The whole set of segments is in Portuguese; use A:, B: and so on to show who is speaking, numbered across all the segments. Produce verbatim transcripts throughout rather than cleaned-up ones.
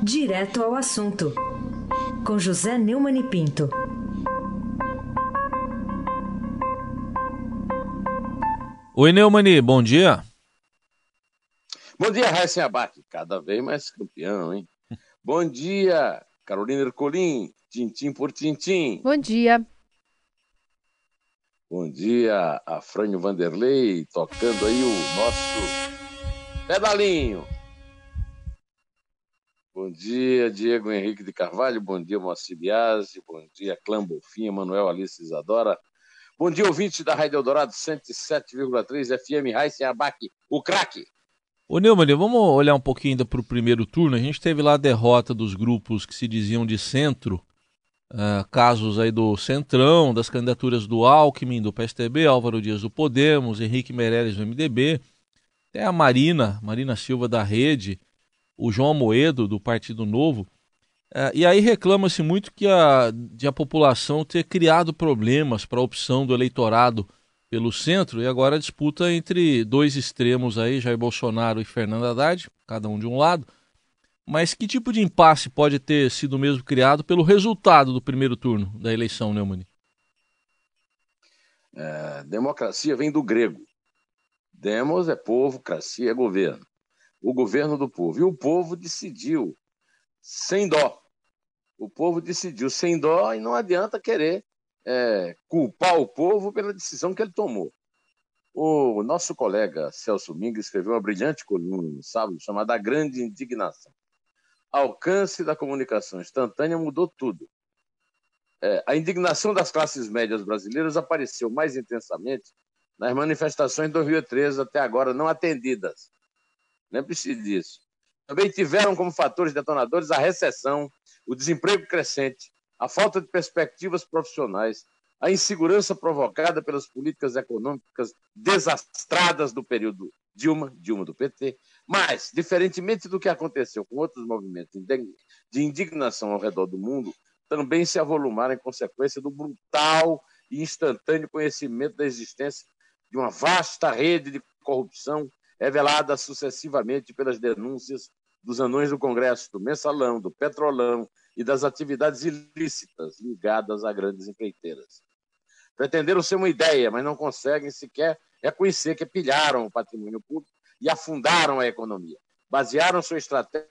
A: Direto ao assunto, com José Neumann e Pinto.
B: Oi, Neumani, bom dia.
C: Bom dia, Raíssa Abac, cada vez mais campeão, hein? Bom dia, Carolina Ercolim, tintim por tintim.
D: Bom dia.
C: Bom dia, Afrânio Vanderlei, tocando aí o nosso pedalinho. Bom dia, Diego Henrique de Carvalho, bom dia, Moacir Biasi, bom dia, Clã Bolfinha, Manuel Alice Isadora. Bom dia, ouvinte da Rádio Eldorado cento e sete vírgula três F M, Raíssa Abac, o craque.
B: Ô, Neumani, vamos olhar um pouquinho ainda para o primeiro turno. A gente teve lá a derrota dos grupos que se diziam de centro, uh, casos aí do Centrão, das candidaturas do Alckmin, do P S T B, Álvaro Dias do Podemos, Henrique Meirelles do M D B, até a Marina, Marina Silva da Rede, o João Amoedo do Partido Novo. Uh, e aí reclama-se muito que a, de a população ter criado problemas para a opção do eleitorado pelo centro, e agora a disputa entre dois extremos aí, Jair Bolsonaro e Fernando Haddad, cada um de um lado. Mas que tipo de impasse pode ter sido mesmo criado pelo resultado do primeiro turno da eleição, Neumani?
C: É, democracia vem do grego. Demos é povo, cracia é governo. O governo do povo. E o povo decidiu, sem dó. O povo decidiu sem dó e não adianta querer é, culpar o povo pela decisão que ele tomou. O nosso colega Celso Minga escreveu uma brilhante coluna no sábado chamada A Grande Indignação. Alcance da comunicação instantânea mudou tudo. É, a indignação das classes médias brasileiras apareceu mais intensamente nas manifestações de dois mil e treze até agora não atendidas. Lembre-se disso. Também tiveram como fatores detonadores a recessão, o desemprego crescente, a falta de perspectivas profissionais, a insegurança provocada pelas políticas econômicas desastradas do período Dilma, Dilma do P T, mas, diferentemente do que aconteceu com outros movimentos de indignação ao redor do mundo, também se avolumaram em consequência do brutal e instantâneo conhecimento da existência de uma vasta rede de corrupção revelada sucessivamente pelas denúncias dos anões do Congresso, do Mensalão, do Petrolão e das atividades ilícitas ligadas a grandes empreiteiras. Pretenderam ser uma ideia, mas não conseguem sequer reconhecer que pilharam o patrimônio público e afundaram a economia. Basearam sua estratégia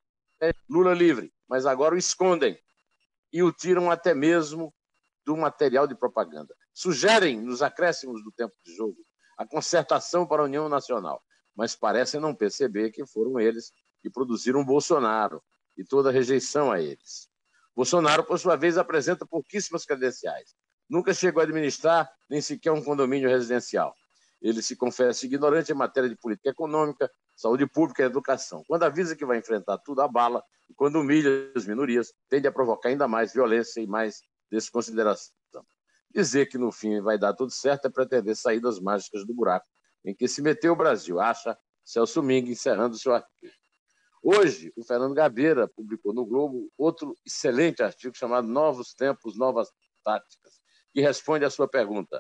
C: Lula livre, mas agora o escondem e o tiram até mesmo do material de propaganda. Sugerem, nos acréscimos do tempo de jogo, a concertação para a União Nacional, mas parecem não perceber que foram eles que produziram Bolsonaro e toda a rejeição a eles. Bolsonaro, por sua vez, apresenta pouquíssimas credenciais. Nunca chegou a administrar nem sequer um condomínio residencial. Ele se confessa ignorante em matéria de política econômica, saúde pública e educação. Quando avisa que vai enfrentar tudo à bala e quando humilha as minorias, tende a provocar ainda mais violência e mais desconsideração. Dizer que no fim vai dar tudo certo é pretender saídas mágicas do buraco em que se meteu o Brasil, acha Celso Minga, encerrando seu artigo. Hoje, o Fernando Gabeira publicou no Globo outro excelente artigo chamado Novos Tempos, Novas Táticas, que responde à sua pergunta.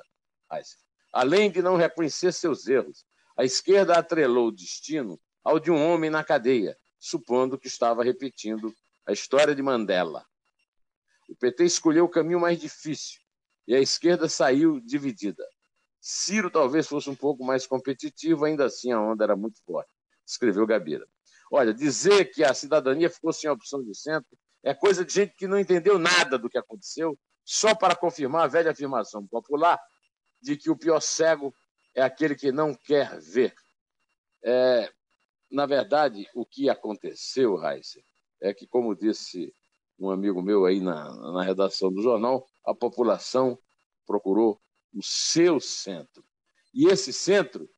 C: Além de não reconhecer seus erros, a esquerda atrelou o destino ao de um homem na cadeia, supondo que estava repetindo a história de Mandela. O P T escolheu o caminho mais difícil e a esquerda saiu dividida. Ciro talvez fosse um pouco mais competitivo, ainda assim a onda era muito forte, escreveu Gabeira. Olha, dizer que a cidadania ficou sem opção de centro é coisa de gente que não entendeu nada do que aconteceu, só para confirmar a velha afirmação popular de que o pior cego é aquele que não quer ver. É, na verdade, o que aconteceu, Raíssa, é que, como disse um amigo meu aí na, na redação do jornal, a população procurou o seu centro. E esse centro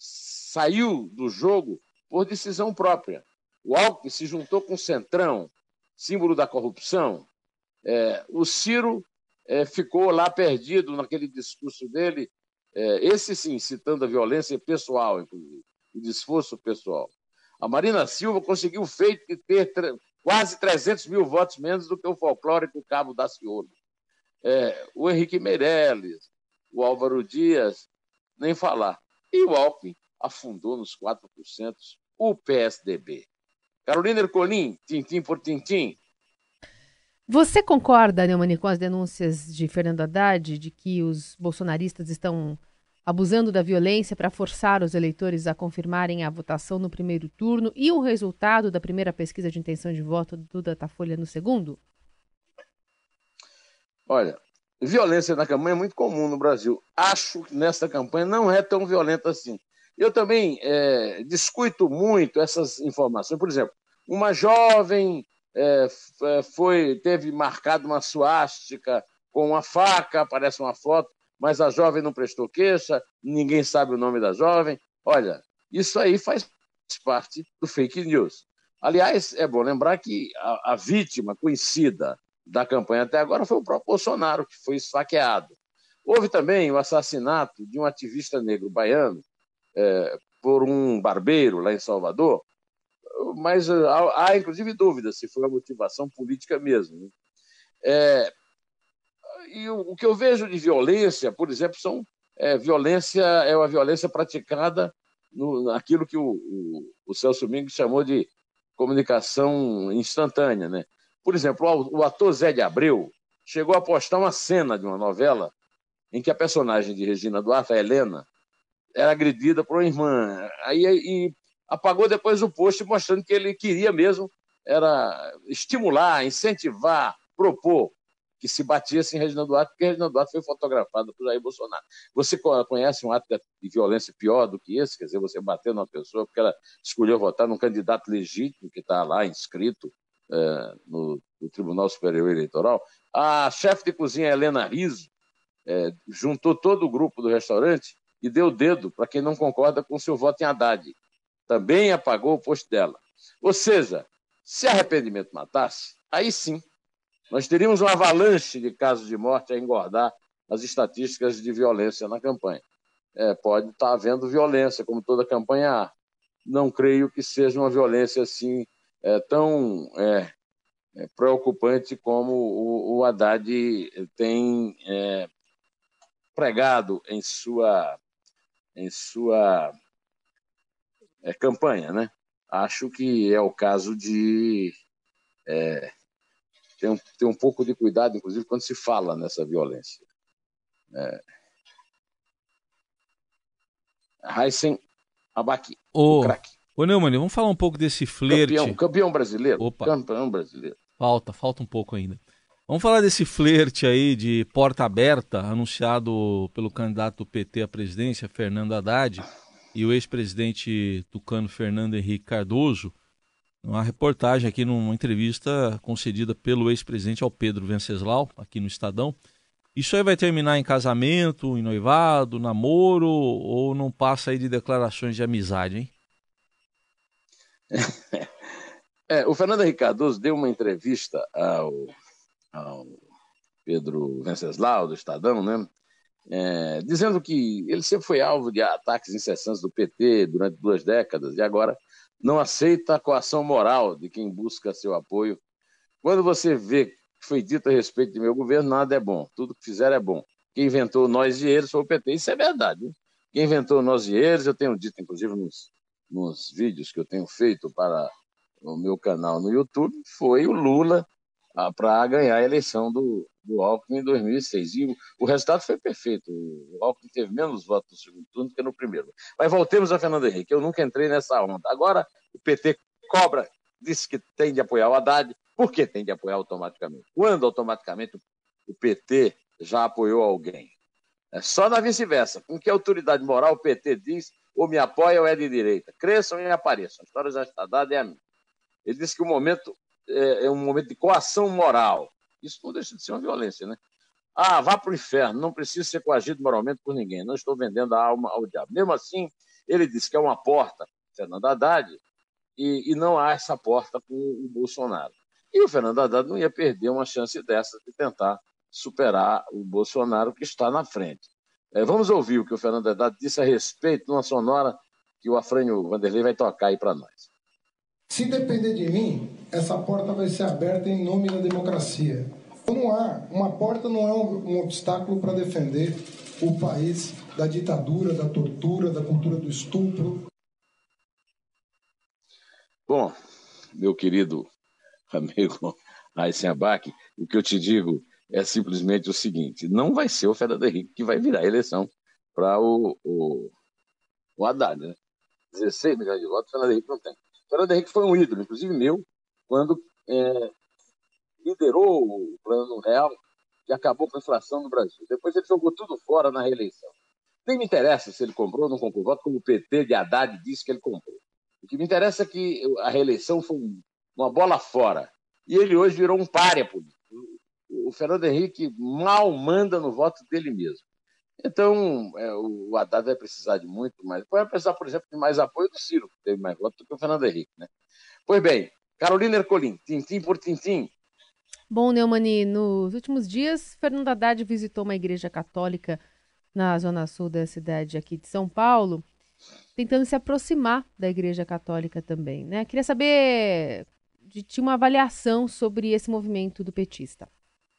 C: saiu do jogo por decisão própria. O Alckmin se juntou com o Centrão, símbolo da corrupção. É, o Ciro é, ficou lá perdido naquele discurso dele, é, esse sim, citando a violência pessoal, inclusive, o desforço pessoal. A Marina Silva conseguiu o feito de ter tre- quase trezentos mil votos menos do que o folclórico Cabo Daciolo. É, o Henrique Meirelles, o Álvaro Dias, nem falar. E o Alckmin afundou nos quatro por cento o P S D B. Carolina Ercolim, tintim por tintim.
D: Você concorda, Neumani, com as denúncias de Fernando Haddad de que os bolsonaristas estão abusando da violência para forçar os eleitores a confirmarem a votação no primeiro turno e o resultado da primeira pesquisa de intenção de voto do Datafolha no segundo?
C: Olha, violência na campanha é muito comum no Brasil. Acho que nessa campanha não é tão violenta assim. Eu também é, discuto muito essas informações. Por exemplo, uma jovem é, foi, teve marcado uma suástica com uma faca, aparece uma foto, mas a jovem não prestou queixa, ninguém sabe o nome da jovem. Olha, isso aí faz parte do fake news. Aliás, é bom lembrar que a, a vítima conhecida da campanha até agora foi o próprio Bolsonaro, que foi esfaqueado. Houve também o assassinato de um ativista negro baiano é, por um barbeiro lá em Salvador, mas há, há inclusive dúvidas se foi uma motivação política mesmo. Né? É, e o, o que eu vejo de violência, por exemplo, são é, violência é uma violência praticada no, naquilo que o, o, o Celso Domingues chamou de comunicação instantânea, né? Por exemplo, o, o ator Zé de Abreu chegou a postar uma cena de uma novela em que a personagem de Regina Duarte, a Helena, era agredida por uma irmã. Aí e apagou depois o post mostrando que ele queria mesmo era estimular, incentivar, propor que se batesse em Regina Duarte, porque Regina Duarte foi fotografada por Jair Bolsonaro. Você conhece um ato de violência pior do que esse? Quer dizer, você bater numa pessoa porque ela escolheu votar num candidato legítimo que está lá inscrito é, no, no Tribunal Superior Eleitoral? A chefe de cozinha Helena Rizzo é, juntou todo o grupo do restaurante e deu o dedo para quem não concorda com o seu voto em Haddad. Também apagou o post dela. Ou seja, se arrependimento matasse, aí sim, nós teríamos uma avalanche de casos de morte a engordar as estatísticas de violência na campanha. É, pode estar havendo violência, como toda campanha há. Não creio que seja uma violência assim é, tão é, é, preocupante como o, o Haddad tem é, pregado em sua, em sua é, campanha, né? Acho que é o caso de é, ter, um, ter um pouco de cuidado, inclusive, quando se fala nessa violência. É... Raíssen Abac,
B: ô,
C: o craque.
B: Ô, Neumani, vamos falar um pouco desse flerte.
C: Campeão, campeão brasileiro.
B: Opa.
C: Campeão brasileiro.
B: Falta, falta um pouco ainda. Vamos falar desse flerte aí de porta aberta, anunciado pelo candidato do P T à presidência, Fernando Haddad, e o ex-presidente tucano Fernando Henrique Cardoso, uma reportagem aqui numa entrevista concedida pelo ex-presidente ao Pedro Venceslau, aqui no Estadão. Isso aí vai terminar em casamento, em noivado, namoro, ou não passa aí de declarações de amizade, hein?
C: É, o Fernando Henrique Cardoso deu uma entrevista ao, ao Pedro Venceslau, do Estadão, né? É, dizendo que ele sempre foi alvo de ataques incessantes do P T durante duas décadas e agora não aceita a coação moral de quem busca seu apoio. Quando você vê que foi dito a respeito de meu governo, nada é bom. Tudo que fizer é bom. Quem inventou nós e eles foi o P T. Isso é verdade. Hein? Quem inventou nós e eles, eu tenho dito, inclusive, nos, nos vídeos que eu tenho feito para o meu canal no YouTube, foi o Lula para ganhar a eleição do, do Alckmin em dois mil e seis. E o, o resultado foi perfeito. O Alckmin teve menos votos no segundo turno do que no primeiro. Mas voltemos a Fernando Henrique. Eu nunca entrei nessa onda. Agora o P T cobra, disse que tem de apoiar o Haddad. Por que tem de apoiar automaticamente? Quando automaticamente o P T já apoiou alguém? É só na vice-versa. Com que autoridade moral o P T diz ou me apoia ou é de direita? Cresçam e apareçam. A história já está dada, é a minha. Ele disse que o momento é um momento de coação moral. Isso não deixa de ser uma violência, né? Ah, vá para o inferno, não precisa ser coagido moralmente por ninguém, não estou vendendo a alma ao diabo. Mesmo assim, ele disse que é uma porta, Fernando Haddad, e, e não há essa porta com o Bolsonaro. E o Fernando Haddad não ia perder uma chance dessa de tentar superar o Bolsonaro que está na frente. É, vamos ouvir o que o Fernando Haddad disse a respeito de uma sonora que o Afrânio Vanderlei vai tocar aí para nós.
E: Se depender de mim, essa porta vai ser aberta em nome da democracia. Não há, uma porta não é um, um obstáculo para defender o país da ditadura, da tortura, da cultura do estupro.
C: Bom, meu querido amigo Raíssen Abac, o que eu te digo é simplesmente o seguinte: não vai ser o Fernando Henrique que vai virar a eleição para o, o, o Haddad, né? dezesseis milhões de votos, o Fernando Henrique não tem. O Fernando Henrique foi um ídolo, inclusive meu, quando é, liderou o Plano Real e acabou com a inflação no Brasil. Depois ele jogou tudo fora na reeleição. Nem me interessa se ele comprou ou não comprou voto, como o P T de Haddad disse que ele comprou. O que me interessa é que a reeleição foi uma bola fora. E ele hoje virou um pária político. O Fernando Henrique mal manda no voto dele mesmo. Então, é, o Haddad vai precisar de muito mais. Vai precisar, por exemplo, de mais apoio do Ciro, que teve mais votos do que o Fernando Henrique, né? Pois bem, Carolina Ercolim, tintim por tintim.
D: Bom, Neumani, nos últimos dias, Fernando Haddad visitou uma igreja católica na zona sul da cidade aqui de São Paulo, tentando se aproximar da igreja católica também, né? Queria saber de ti uma avaliação sobre esse movimento do petista.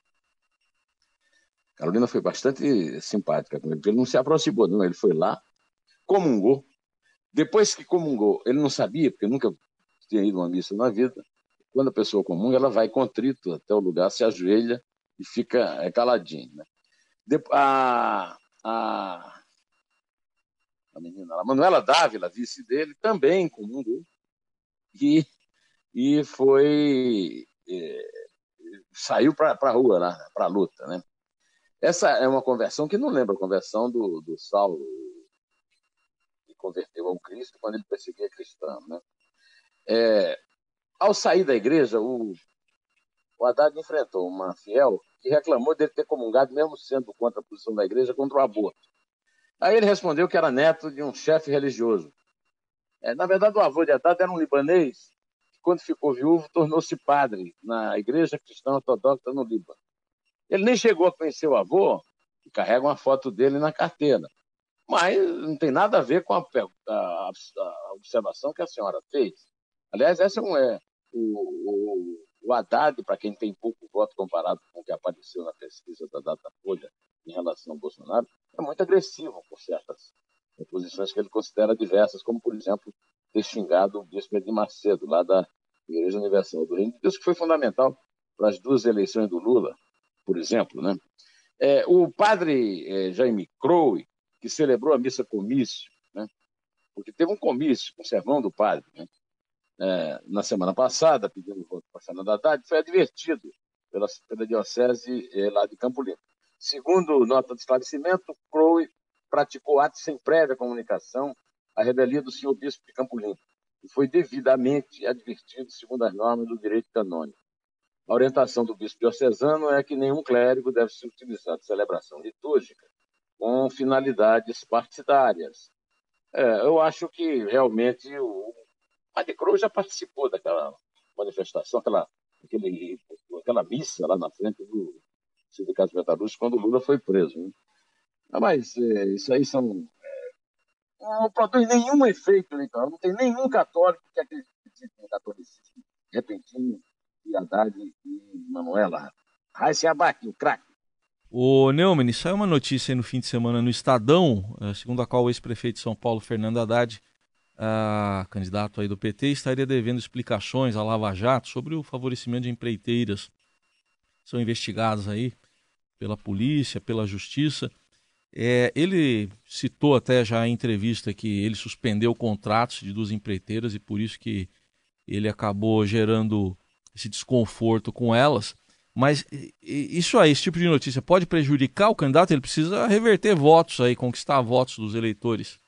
C: Carolina foi bastante simpática com ele, porque ele não se aproximou, não. Ele foi lá, comungou. Depois que comungou, ele não sabia, porque nunca tinha ido a uma missa na vida. Quando a pessoa comunga, ela vai contrito até o lugar, se ajoelha e fica caladinha, né? A, a, a menina, a Manuela Dávila, vice dele, também comungou e, e foi é, saiu para a rua, para a luta, né? Essa é uma conversão que não lembra a conversão do, do Saulo, que converteu ao Cristo quando ele perseguia cristão, né? É, ao sair da igreja, o, o Haddad enfrentou uma fiel que reclamou dele ter comungado, mesmo sendo contra a posição da igreja, contra o aborto. Aí ele respondeu que era neto de um chefe religioso. É, na verdade, o avô de Haddad era um libanês que, quando ficou viúvo, tornou-se padre na igreja cristã ortodoxa no Líbano. Ele nem chegou a conhecer o avô, e carrega uma foto dele na carteira. Mas não tem nada a ver com a, a, a observação que a senhora fez. Aliás, essa não é o, o, o Haddad, para quem tem pouco voto comparado com o que apareceu na pesquisa da Datafolha em relação ao Bolsonaro, é muito agressivo por certas posições que ele considera diversas, como, por exemplo, ter xingado o bispo de Macedo, lá da Igreja Universal do Reino de Deus, que foi fundamental para as duas eleições do Lula, por exemplo, né? É, o padre é, Jaime Crowe, que celebrou a missa comício, né? Porque teve um comício com o sermão do padre, né? É, na semana passada, pedindo voto para Fernando Haddad, foi advertido pela, pela diocese é, lá de Campo Limpo. Segundo nota de esclarecimento, Crowe praticou atos sem prévia comunicação à revelia do senhor bispo de Campo Limpo e foi devidamente advertido segundo as normas do direito canônico. A orientação do bispo diocesano é que nenhum clérigo deve ser utilizado de celebração litúrgica com finalidades partidárias. É, eu acho que realmente o Padre Crowe já participou daquela manifestação, aquela, aquele, aquela missa lá na frente do Sindicato Metalúrgico quando o Lula foi preso, né? Mas é, isso aí são, é, não produz nenhum efeito eleitoral, não tem nenhum católico que acredite no catolicismo repentino e Haddad e Manuela. Raíssen Abac, o craque.
B: O Neumann, saiu uma notícia aí no fim de semana no Estadão, segundo a qual o ex-prefeito de São Paulo, Fernando Haddad, a candidato aí do P T, estaria devendo explicações à Lava Jato sobre o favorecimento de empreiteiras que são investigadas aí pela polícia, pela justiça. É, ele citou até já em entrevista que ele suspendeu contratos de duas empreiteiras e por isso que ele acabou gerando esse desconforto com elas. Mas isso aí, esse tipo de notícia pode prejudicar o candidato? Ele precisa reverter votos aí, conquistar votos dos eleitores.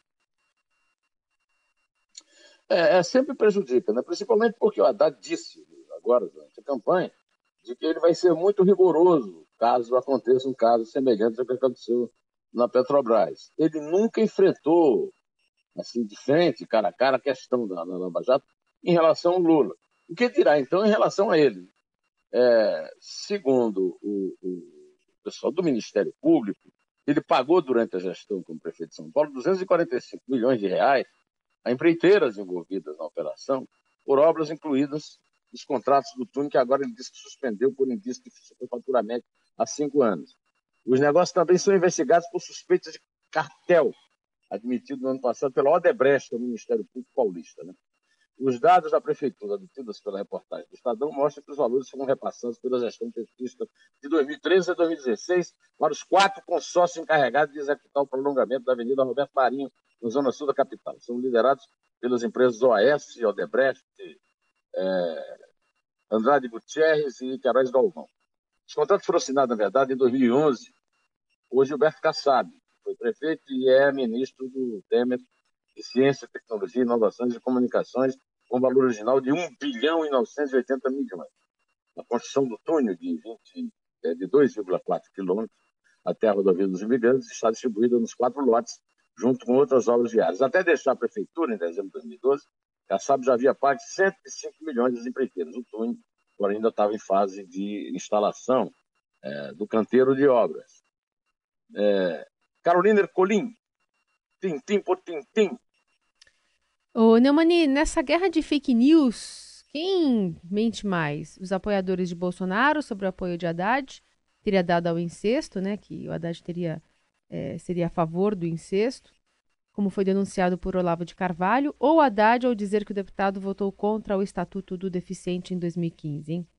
C: É, é, sempre prejudica, né? Principalmente porque o Haddad disse agora, durante a campanha, de que ele vai ser muito rigoroso caso aconteça um caso semelhante ao que aconteceu na Petrobras. Ele nunca enfrentou, assim, de frente, cara a cara, a questão da, da Lava Jato em relação ao Lula. O que dirá, então, em relação a ele? É, segundo o, o pessoal do Ministério Público, ele pagou durante a gestão como prefeito de São Paulo duzentos e quarenta e cinco milhões de reais a empreiteiras envolvidas na operação por obras incluídas nos contratos do túnel, que agora ele disse que suspendeu por indício de superfaturamento há cinco anos. Os negócios também são investigados por suspeitas de cartel, admitido no ano passado pela Odebrecht, o Ministério Público Paulista, né? Os dados da Prefeitura, obtidos pela reportagem do Estadão, mostram que os valores foram repassados pela gestão petista de dois mil e treze a dois mil e dezesseis para os quatro consórcios encarregados de executar o prolongamento da Avenida Roberto Marinho, na zona sul da capital. São liderados pelas empresas O A S, Odebrecht, é, Andrade Gutierrez e Queiroz Galvão. Os contratos foram assinados, na verdade, em dois mil e onze. Hoje, Huberto Kassab foi prefeito e é ministro do Temer de Ciência, Tecnologia, Inovações e Comunicações, com valor original de um bilhão e novecentos e oitenta milhões. A construção do túnel de, vinte, de dois vírgula quatro quilômetros até a rodovia dos Imigrantes está distribuída nos quatro lotes, junto com outras obras viárias. Até deixar a prefeitura, em dezembro de dois mil e doze, Kassab já havia pago cento e cinco milhões das empreiteiras. O túnel, porém, ainda estava em fase de instalação é, do canteiro de obras. É, Carolina Ercolim, tintim por tintim.
D: Ô, Neumani, nessa guerra de fake news, quem mente mais? Os apoiadores de Bolsonaro sobre o apoio de Haddad? Teria dado ao incesto, né? Que o Haddad teria, é, seria a favor do incesto, como foi denunciado por Olavo de Carvalho, ou Haddad ao dizer que o deputado votou contra o Estatuto do Deficiente em dois mil e quinze, hein?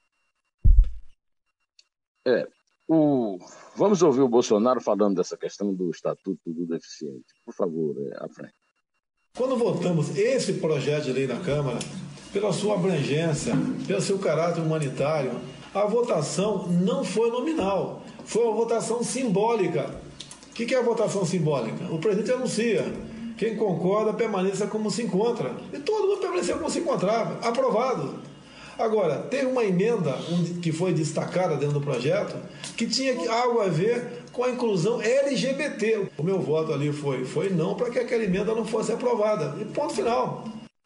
C: É, o... Vamos ouvir o Bolsonaro falando dessa questão do Estatuto do Deficiente. Por favor, é, à frente.
F: Quando votamos esse projeto de lei na Câmara, pela sua abrangência, pelo seu caráter humanitário, a votação não foi nominal, foi uma votação simbólica. O que é a votação simbólica? O presidente anuncia, quem concorda permaneça como se encontra. E todo mundo permaneceu como se encontrava, aprovado. Agora, teve uma emenda que foi destacada dentro do projeto, que tinha algo a ver com a inclusão L G B T. O meu voto ali foi, foi não para que aquela emenda não fosse aprovada. E ponto final.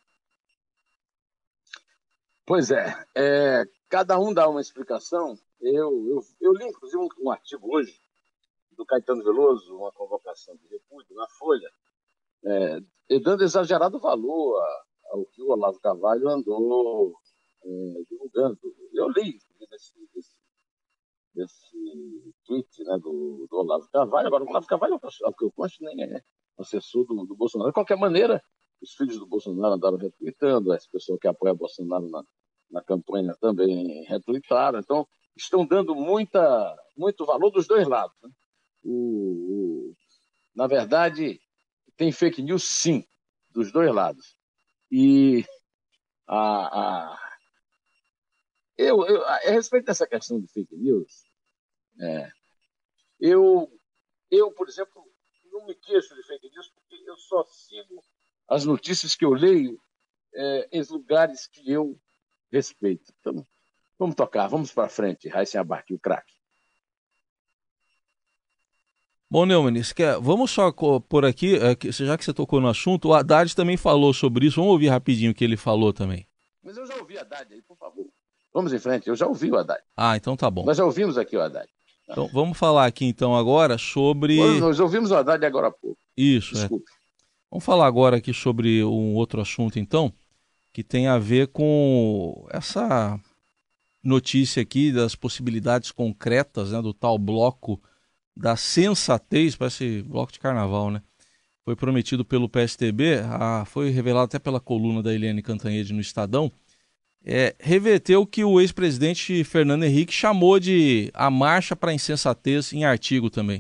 C: Pois é, é cada um dá uma explicação. Eu, eu, eu li, inclusive, um, um artigo hoje do Caetano Veloso, uma convocação de repúdio na Folha, é, dando exagerado valor ao que o Olavo de Carvalho andou é, divulgando. Eu li esse, esse, esse tweet, né, do, do Olavo de Carvalho. Agora, o Olavo de Carvalho, ao que eu consto, nem é assessor do, do Bolsonaro. De qualquer maneira, os filhos do Bolsonaro andaram retweetando, as pessoas que apoiam Bolsonaro na, na campanha também retweetaram. Então, estão dando muita, muito valor dos dois lados, né? O, o, na verdade, tem fake news, sim, dos dois lados. E a, a, eu, eu, a, a respeito dessa questão de fake news, é, eu, eu, por exemplo, não me queixo de fake news porque eu só sigo as notícias que eu leio é, em lugares que eu respeito. Então, vamos tocar, vamos para frente, Raíssa Abarque, o craque.
B: Bom, Neumann, vamos só por aqui, já que você tocou no assunto, o Haddad também falou sobre isso, vamos ouvir rapidinho o que ele falou também.
C: Mas eu já ouvi o Haddad aí, por favor. Vamos em frente, eu já ouvi o Haddad.
B: Ah, então tá bom.
C: Nós já ouvimos aqui o Haddad.
B: Então vamos falar aqui então agora sobre...
C: Nós ouvimos o Haddad agora há pouco.
B: Isso,
C: Desculpe.
B: É. Vamos falar agora aqui sobre um outro assunto então, que tem a ver com essa notícia aqui das possibilidades concretas, né, do tal bloco da sensatez, parece bloco de carnaval, né? Foi prometido pelo P S D B, a, foi revelado até pela coluna da Eliane Cantanhede no Estadão, é, reverteu o que o ex-presidente Fernando Henrique chamou de a marcha para a insensatez em artigo também.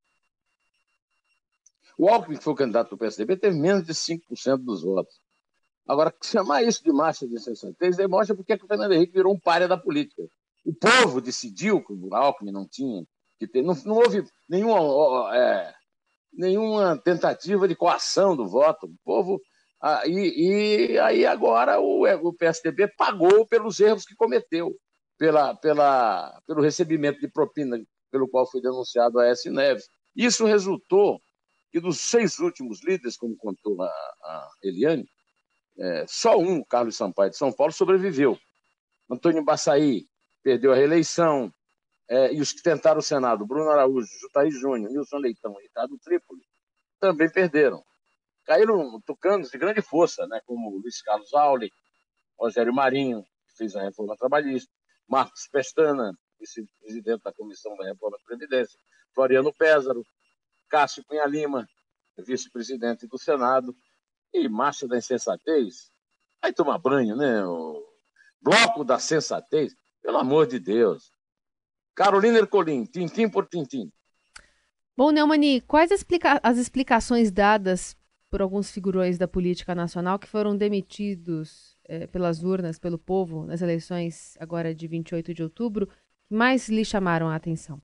C: O Alckmin, que foi o candidato do P S D B, teve menos de cinco por cento dos votos. Agora, chamar isso de marcha de insensatez demonstra porque é que o Fernando Henrique virou um pária da política. O povo decidiu que o Alckmin não tinha que ter, não, não houve nenhuma, é, nenhuma tentativa de coação do voto. O povo, ah, e, e aí agora o, o P S D B pagou pelos erros que cometeu, pela, pela, pelo recebimento de propina pelo qual foi denunciado a Aécio Neves. Isso resultou que dos seis últimos líderes, como contou a, a Eliane, é, só um, o Carlos Sampaio de São Paulo, sobreviveu. Antônio Baçaí perdeu a reeleição, é, e os que tentaram o Senado, Bruno Araújo, Jutaí Júnior, Nilson Leitão e Ricardo Trípoli, também perderam. Caíram tucanos de grande força, né, como Luiz Carlos Auli, Rogério Marinho, que fez a reforma trabalhista, Marcos Pestana, vice-presidente da Comissão da Reforma da Previdência, Floriano Pézaro, Cássio Cunha Lima, vice-presidente do Senado, e marcha da insensatez. Vai tomar banho, né? O bloco da sensatez. Pelo amor de Deus. Carolina Ercolim, tintim por tintim.
D: Bom, Neumani, quais explica- as explicações dadas por alguns figurões da política nacional que foram demitidos eh, pelas urnas, pelo povo, nas eleições agora de vinte e oito de outubro, que mais lhe chamaram a atenção?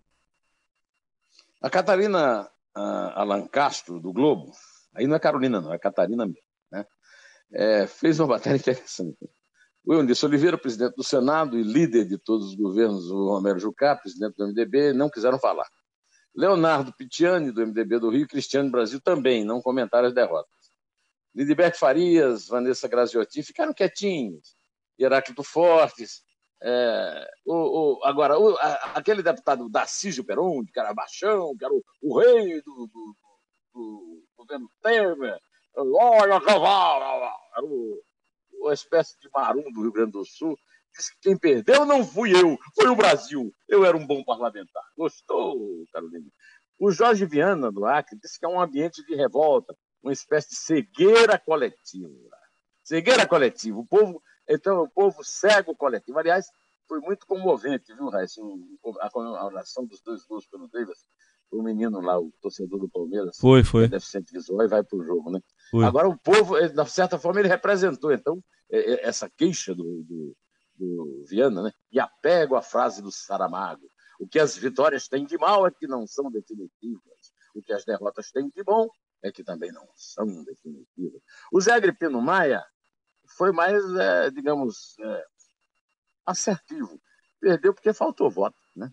C: A Catarina a Alan Castro, do Globo, aí não é Carolina não, é Catarina mesmo, né? É, fez uma matéria interessante. O Eunice Oliveira, presidente do Senado e líder de todos os governos, o Romero Jucá, presidente do M D B, não quiseram falar. Leonardo Pitiani, do M D B do Rio, e Cristiano Brasil também, não comentaram as derrotas. Lidberto Farias, Vanessa Graziotti ficaram quietinhos. Heráclito Fortes. É, o, o, agora, o, a, aquele deputado Darcísio Peron, que era baixão, que era o, o rei do, do, do, do governo Temer, olha, cavalo, era o, uma espécie de marum do Rio Grande do Sul, disse que quem perdeu não fui eu, foi o Brasil. Eu era um bom parlamentar. Gostou, Carolina? O Jorge Viana, do Acre, disse que é um ambiente de revolta, uma espécie de cegueira coletiva. Cegueira coletiva. O povo, então, o povo cego coletivo. Aliás, foi muito comovente, viu, Raíssa? A comemoração dos dois gols pelo Davis. O menino lá, o torcedor do Palmeiras,
B: foi, foi.
C: É deficiente visual e vai pro jogo, né?
B: Foi.
C: Agora, o povo, de certa forma, ele representou. Então, essa queixa do, do, do Viana, né? E apego à frase do Saramago. O que as vitórias têm de mal é que não são definitivas. O que as derrotas têm de bom é que também não são definitivas. O Zé Agripino Maia foi mais, é, digamos, é, assertivo. Perdeu porque faltou voto, né?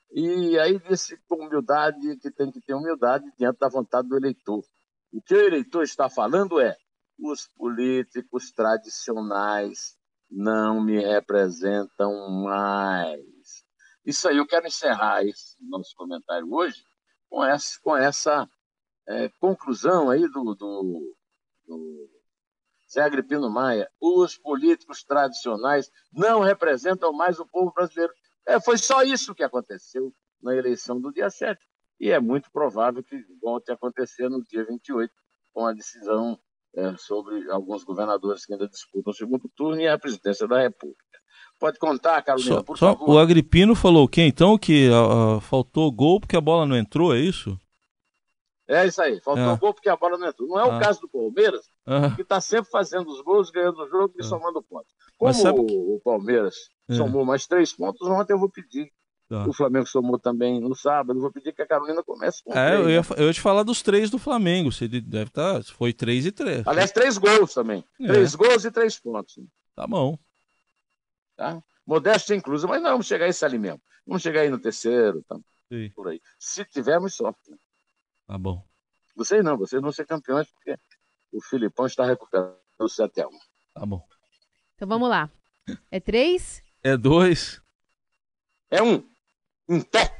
C: E aí disse com humildade que tem que ter humildade diante da vontade do eleitor. O que o eleitor está falando é: os políticos tradicionais não me representam mais. Isso aí, eu quero encerrar esse nosso comentário hoje com essa, com essa é, conclusão aí do, do, do Zé Agripino Maia. Os políticos tradicionais não representam mais o povo brasileiro. É, foi só isso que aconteceu na eleição do dia sete. E é muito provável que volte a acontecer no dia vinte e oito, com a decisão é, sobre alguns governadores que ainda disputam o segundo turno e a presidência da República. Pode contar, Carolina,
B: só,
C: por
B: só
C: favor.
B: O Agripino falou o quê, então? Que uh, faltou gol porque a bola não entrou, é isso?
C: É isso aí, faltou
B: é.
C: gol porque a bola não entrou. Não é
B: ah.
C: o caso do Palmeiras,
B: ah.
C: que está sempre fazendo os gols, ganhando o jogo e ah. somando pontos. Como que...
B: o,
C: o Palmeiras é. somou mais três pontos, ontem eu vou pedir. Tá. O Flamengo somou também no sábado, eu vou pedir que a Carolina comece com
B: é,
C: três.
B: Eu ia,
C: né?
B: eu ia te falar dos três do Flamengo, você deve estar, foi três e três.
C: Aliás, três gols também. É. Três gols e três pontos.
B: Tá bom.
C: Tá? Modéstia inclusa, mas não vamos chegar a esse ali mesmo. Vamos chegar aí no terceiro, tá?
B: Sim.
C: Por aí. Se tivermos sorte. Né?
B: Tá bom.
C: Vocês não, vocês vão ser campeões porque o Filipão está recuperando o sete a um.
B: Tá bom.
D: Então vamos lá. É três?
B: É dois?
C: É um. Em pé.